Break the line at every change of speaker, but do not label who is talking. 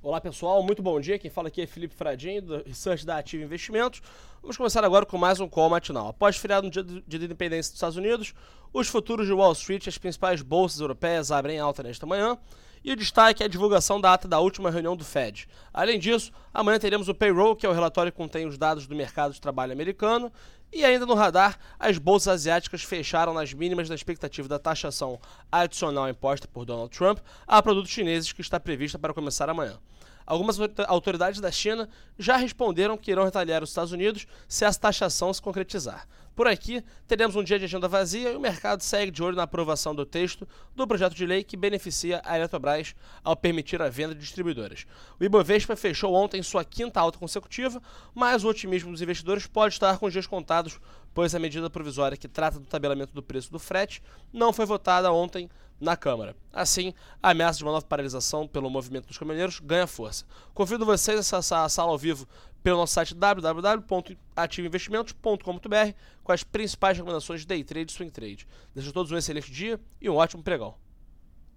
Olá pessoal, muito bom dia. Quem fala aqui é Felipe Fradinho, do Research da Ativa Investimentos. Vamos começar agora com mais um call matinal. Após feriado no dia de independência dos Estados Unidos, os futuros de Wall Street, as principais bolsas europeias, abrem alta nesta manhã. E o destaque é a divulgação da ata da última reunião do Fed. Além disso, amanhã teremos o payroll, que é o relatório que contém os dados do mercado de trabalho americano. E ainda no radar, as bolsas asiáticas fecharam nas mínimas da expectativa da taxação adicional imposta por Donald Trump a produtos chineses, que está prevista para começar amanhã. Algumas autoridades da China já responderam que irão retaliar os Estados Unidos se essa taxação se concretizar. Por aqui, teremos um dia de agenda vazia e o mercado segue de olho na aprovação do texto do projeto de lei que beneficia a Eletrobras ao permitir a venda de distribuidoras. O Ibovespa fechou ontem sua quinta alta consecutiva, mas o otimismo dos investidores pode estar com os dias contados, pois a medida provisória que trata do tabelamento do preço do frete não foi votada ontem na Câmara. Assim, a ameaça de uma nova paralisação pelo movimento dos caminhoneiros ganha força. Convido vocês a acessar a sala ao vivo pelo nosso site www.ativoinvestimentos.com.br com as principais recomendações de day trade e swing trade. Desejo a todos um excelente dia e um ótimo pregão.